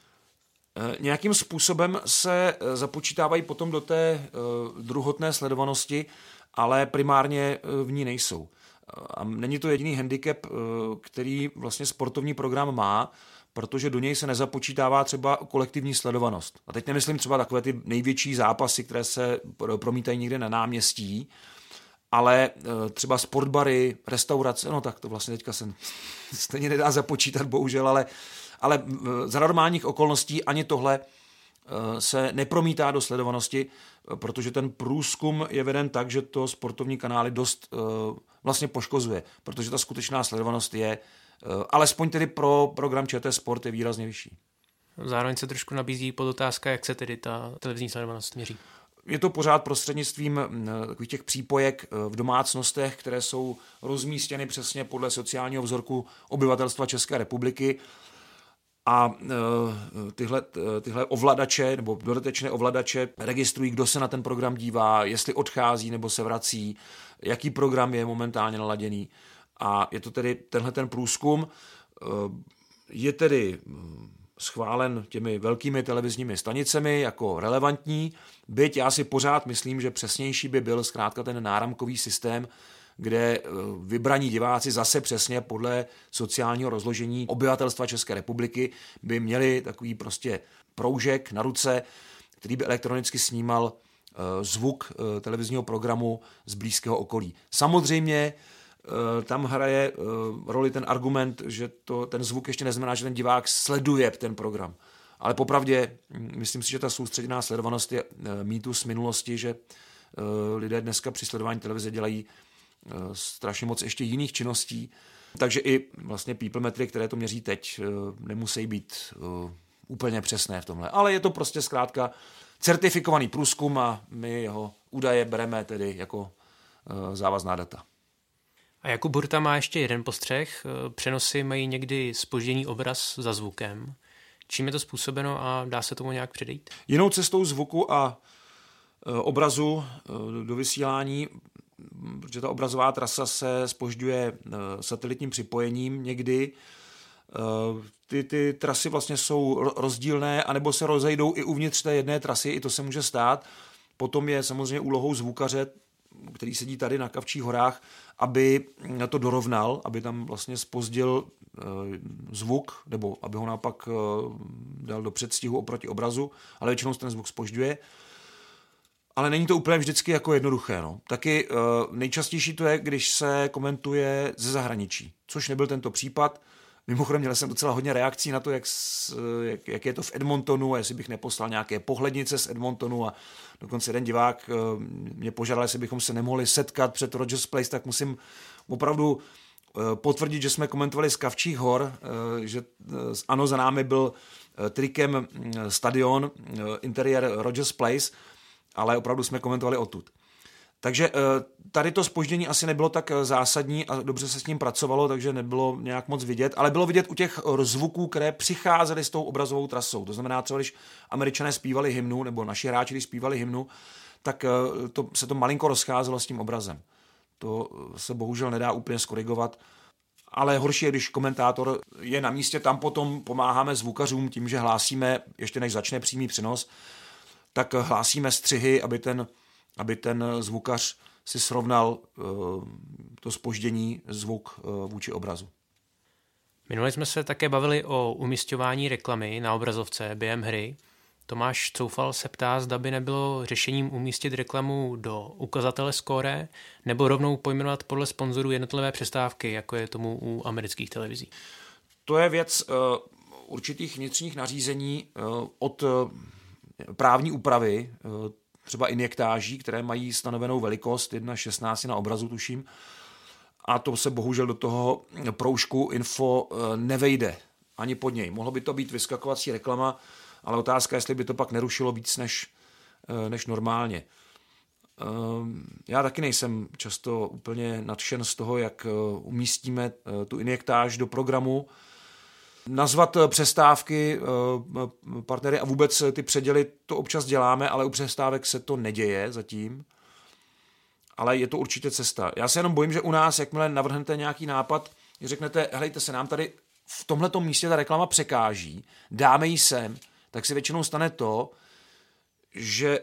S4: Nějakým způsobem se započítávají potom do té druhotné sledovanosti, ale primárně v ní nejsou. A není to jediný handicap, který vlastně sportovní program má, protože do něj se nezapočítává třeba kolektivní sledovanost. A teď nemyslím třeba takové ty největší zápasy, které se promítají někde na náměstí, ale třeba sportbary, restaurace, no tak to vlastně teďka se stejně nedá započítat, bohužel, ale za normálních okolností ani tohle se nepromítá do sledovanosti, protože ten průzkum je veden tak, že to sportovní kanály dost vlastně poškozuje, protože ta skutečná sledovanost je, alespoň tedy pro program ČT Sport, je výrazně vyšší.
S3: Zároveň se trošku nabízí podotázka, jak se tedy ta televizní sledovanost měří.
S4: Je to pořád prostřednictvím takových těch přípojek v domácnostech, které jsou rozmístěny přesně podle sociálního vzorku obyvatelstva České republiky. A tyhle ovladače nebo dodatečné ovladače registrují, kdo se na ten program dívá, jestli odchází nebo se vrací, jaký program je momentálně naladěný. A je to tedy tenhle ten průzkum, je tedy schválen těmi velkými televizními stanicemi jako relevantní, byť já si pořád myslím, že přesnější by byl zkrátka ten náramkový systém, kde vybraní diváci zase přesně podle sociálního rozložení obyvatelstva České republiky by měli takový prostě proužek na ruce, který by elektronicky snímal zvuk televizního programu z blízkého okolí. Samozřejmě tam hraje roli ten argument, že ten zvuk ještě neznamená, že ten divák sleduje ten program. Ale popravdě, myslím si, že ta soustředěná sledovanost je mýtus z minulosti, že lidé dneska při sledování televize dělají strašně moc ještě jiných činností, takže i vlastně people metry, které to měří teď, nemusí být úplně přesné v tomhle. Ale je to prostě zkrátka certifikovaný průzkum a my jeho údaje bereme tedy jako závazná data.
S3: A Jakub Hurta má ještě jeden postřeh. Přenosy mají někdy zpožděný obraz za zvukem. Čím je to způsobeno a dá se tomu nějak předejít?
S4: Jinou cestou zvuku a obrazu do vysílání, protože ta obrazová trasa se zpožďuje satelitním připojením někdy. Ty trasy vlastně jsou rozdílné, anebo se rozejdou i uvnitř té jedné trasy, i to se může stát. Potom je samozřejmě úlohou zvukaře, který sedí tady na Kavčích horách, aby to dorovnal, aby tam vlastně zpozdil zvuk, nebo aby ho naopak dal do předstihu oproti obrazu, ale většinou se ten zvuk zpožďuje. Ale není to úplně vždycky jako jednoduché. No. Taky nejčastější to je, když se komentuje ze zahraničí, což nebyl tento případ. Mimochodem měl jsem docela hodně reakcí na to, jak je to v Edmontonu a jestli bych neposlal nějaké pohlednice z Edmontonu, a dokonce jeden divák mě požádal, jestli bychom se nemohli setkat před Rogers Place, tak musím opravdu potvrdit, že jsme komentovali z Kavčích hor, že ano, za námi byl trikem stadion, interiér Rogers Place, ale opravdu jsme komentovali odtud. Takže tady to zpoždění asi nebylo tak zásadní a dobře se s ním pracovalo, takže nebylo nějak moc vidět, ale bylo vidět u těch zvuků, které přicházely s tou obrazovou trasou. To znamená, třeba když Američané zpívali hymnu, nebo naši hráči, když zpívali hymnu, tak se to malinko rozcházelo s tím obrazem. To se bohužel nedá úplně skorigovat, ale horší je, když komentátor je na místě, tam potom pomáháme zvukařům tím, že hlásíme, ještě než začne přímý přenos, tak hlásíme střihy, aby ten zvukař si srovnal to zpoždění zvuk vůči obrazu.
S3: Minule jsme se také bavili o umisťování reklamy na obrazovce během hry. Tomáš Coufal se ptá, zda by nebylo řešením umístit reklamu do ukazatele skóre nebo rovnou pojmenovat podle sponzorů jednotlivé přestávky, jako je tomu u amerických televizí.
S4: To je věc určitých vnitřních nařízení od právní úpravy, třeba injektáží, které mají stanovenou velikost 1,16 na obrazu, tuším. A to se bohužel do toho proužku info nevejde ani pod něj. Mohlo by to být vyskakovací reklama, ale otázka, jestli by to pak nerušilo víc než normálně. Já taky nejsem často úplně nadšen z toho, jak umístíme tu injektáž do programu. Nazvat přestávky partnery a vůbec ty předěly to občas děláme, ale u přestávek se to neděje zatím. Ale je to určitě cesta. Já se jenom bojím, že u nás, jakmile navrhnete nějaký nápad, řeknete, helejte se, nám tady v tomhletom místě ta reklama překáží, dáme ji sem, tak se většinou stane to, že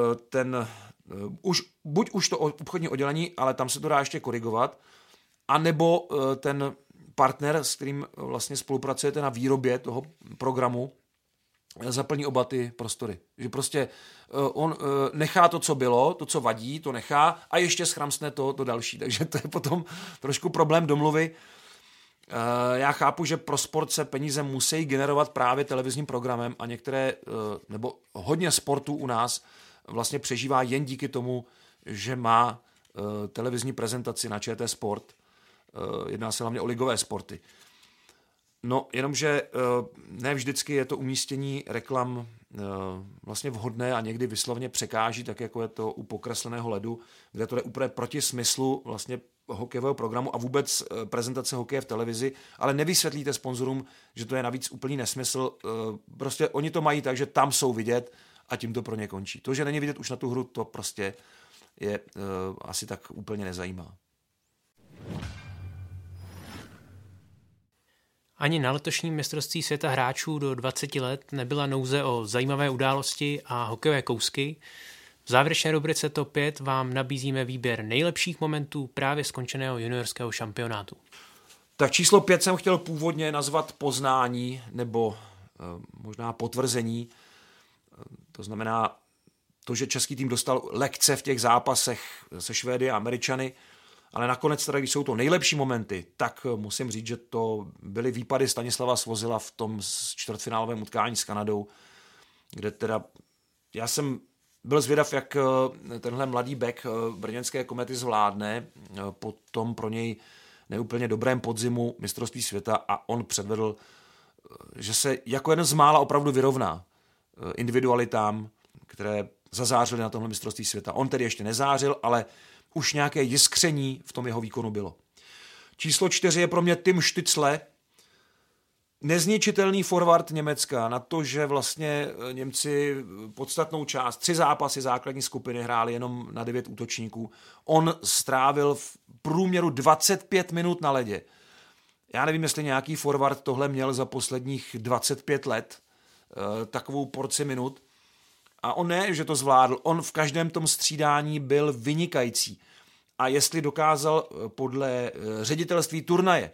S4: buď už to obchodní oddělení, ale tam se to dá ještě korigovat, anebo ten partner, s kterým vlastně spolupracujete na výrobě toho programu, zaplní oba ty prostory. Že prostě on nechá to, co bylo, to, co vadí, to nechá a ještě schramstne to další. Takže to je potom trošku problém domluvy. Já chápu, že pro sport se peníze musí generovat právě televizním programem a některé, nebo hodně sportů u nás vlastně přežívá jen díky tomu, že má televizní prezentaci na ČT Sport. Jedná se hlavně o ligové sporty. No, jenomže ne vždycky je to umístění reklam vlastně vhodné a někdy vyslovně překáží, tak jako je to u pokresleného ledu, kde to je úplně proti smyslu vlastně hokejového programu a vůbec prezentace hokeje v televizi, ale nevysvětlíte sponzorům, že to je navíc úplný nesmysl. Prostě oni to mají tak, že tam jsou vidět a tím to pro ně končí. To, že není vidět už na tu hru, to prostě je asi tak úplně nezajímá.
S3: Ani na letošním mistrovství světa hráčů do 20 let nebyla nouze o zajímavé události a hokejové kousky. V závěrečné rubrice Top 5 vám nabízíme výběr nejlepších momentů právě skončeného juniorského šampionátu.
S4: Tak číslo 5 jsem chtěl původně nazvat poznání nebo možná potvrzení. To znamená to, že český tým dostal lekce v těch zápasech se Švédy a Američany, ale nakonec teda, když jsou to nejlepší momenty, tak musím říct, že to byly výpady Stanislava Svozila v tom čtvrtfinálovém utkání s Kanadou, kde teda já jsem byl zvědav, jak tenhle mladý bek brněnské Komety zvládne po tom pro něj neúplně dobrém podzimu mistrovství světa a on předvedl, že se jako jeden z mála opravdu vyrovná individualitám, které zazářily na tomhle mistrovství světa. On tedy ještě nezářil, ale už nějaké jiskření v tom jeho výkonu bylo. Číslo 4 je pro mě Tim Stützle, nezničitelný forward Německa, na to, že vlastně Němci podstatnou část, 3 zápasy základní skupiny hráli jenom na 9 útočníků. On strávil v průměru 25 minut na ledě. Já nevím, jestli nějaký forward tohle měl za posledních 25 let, takovou porci minut. A on ne, že to zvládl, on v každém tom střídání byl vynikající. A jestli dokázal podle ředitelství turnaje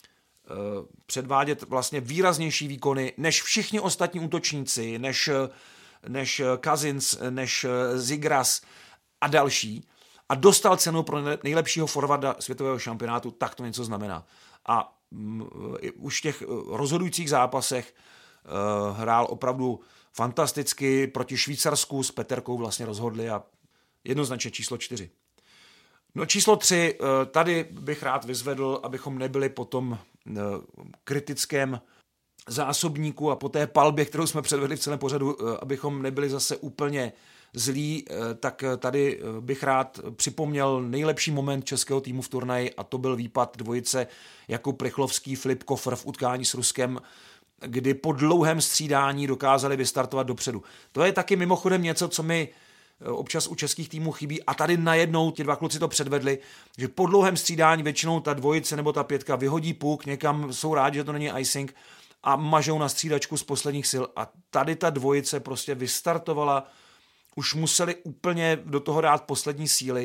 S4: předvádět vlastně výraznější výkony než všichni ostatní útočníci, než Cousins, než Zigras a další a dostal cenu pro nejlepšího forwarda světového šampionátu, tak to něco znamená. A už v těch rozhodujících zápasech hrál opravdu fantasticky, proti Švýcarsku s Peterkou vlastně rozhodli a jednoznačně číslo 4. No číslo 3, tady bych rád vyzvedl, abychom nebyli po tom kritickém zásobníku a po té palbě, kterou jsme předvedli v celém pořadu, abychom nebyli zase úplně zlí, tak tady bych rád připomněl nejlepší moment českého týmu v turnaji a to byl výpad dvojice Jakub Rychlovský, Filip Kofr v utkání s Ruskem, kdy po dlouhém střídání dokázali vystartovat dopředu. To je taky mimochodem něco, co mi občas u českých týmů chybí a tady najednou ti dva kluci to předvedli, že po dlouhém střídání většinou ta dvojice nebo ta pětka vyhodí puk, někam jsou rádi, že to není icing a mažou na střídačku z posledních sil a tady ta dvojice prostě vystartovala, už museli úplně do toho dát poslední síly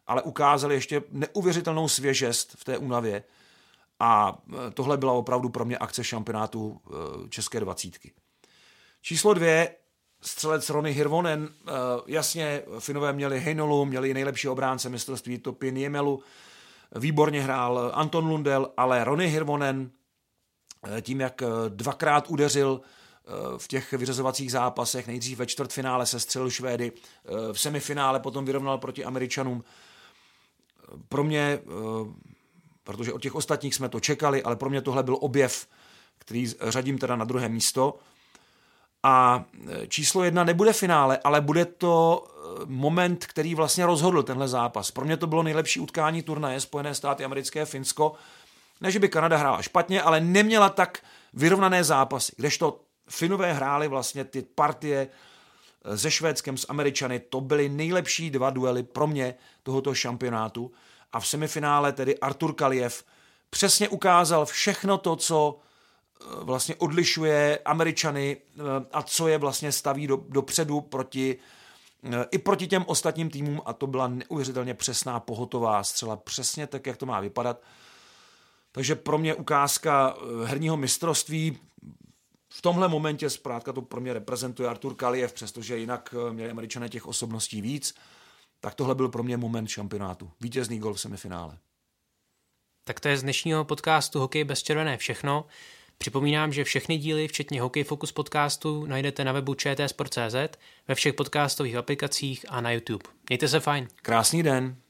S4: ale ukázali ještě neuvěřitelnou svěžest v té únavě a tohle byla opravdu pro mě akce šampionátu České 20. Číslo 2, střelec Roni Hirvonen. Jasně, Finové měli Heinolu, měli nejlepší obránce mistrovství Topi Niemelu, výborně hrál Anton Lundell, ale Roni Hirvonen tím, jak dvakrát udeřil v těch vyřazovacích zápasech, nejdřív ve čtvrtfinále se střelil Švédy, v semifinále potom vyrovnal proti Američanům. Pro mě, protože od těch ostatních jsme to čekali, ale pro mě tohle byl objev, který řadím teda na druhé místo. A číslo 1 nebude finále, ale bude to moment, který vlastně rozhodl tenhle zápas. Pro mě to bylo nejlepší utkání turnaje Spojené státy americké, Finsko. Ne, že by Kanada hrála špatně, ale neměla tak vyrovnané zápasy, kdežto Finové hráli vlastně ty partie se Švédskem, s Američany. To byly nejlepší 2 duely pro mě tohoto šampionátu. A v semifinále tedy Artur Kaliev přesně ukázal všechno to, co vlastně odlišuje Američany a co je vlastně staví dopředu i proti těm ostatním týmům, a to byla neuvěřitelně přesná pohotová střela, přesně tak, jak to má vypadat. Takže pro mě ukázka herního mistrovství. V tomhle momentě zkrátka to pro mě reprezentuje Artur Kaliev, přestože jinak měli Američané těch osobností víc, tak tohle byl pro mě moment šampionátu. Vítězný gol v semifinále.
S3: Tak to je z dnešního podcastu Hokej bez červené všechno. Připomínám, že všechny díly, včetně Hokej Focus podcastu, najdete na webu čtsport.cz, ve všech podcastových aplikacích a na YouTube. Mějte se fajn.
S4: Krásný den.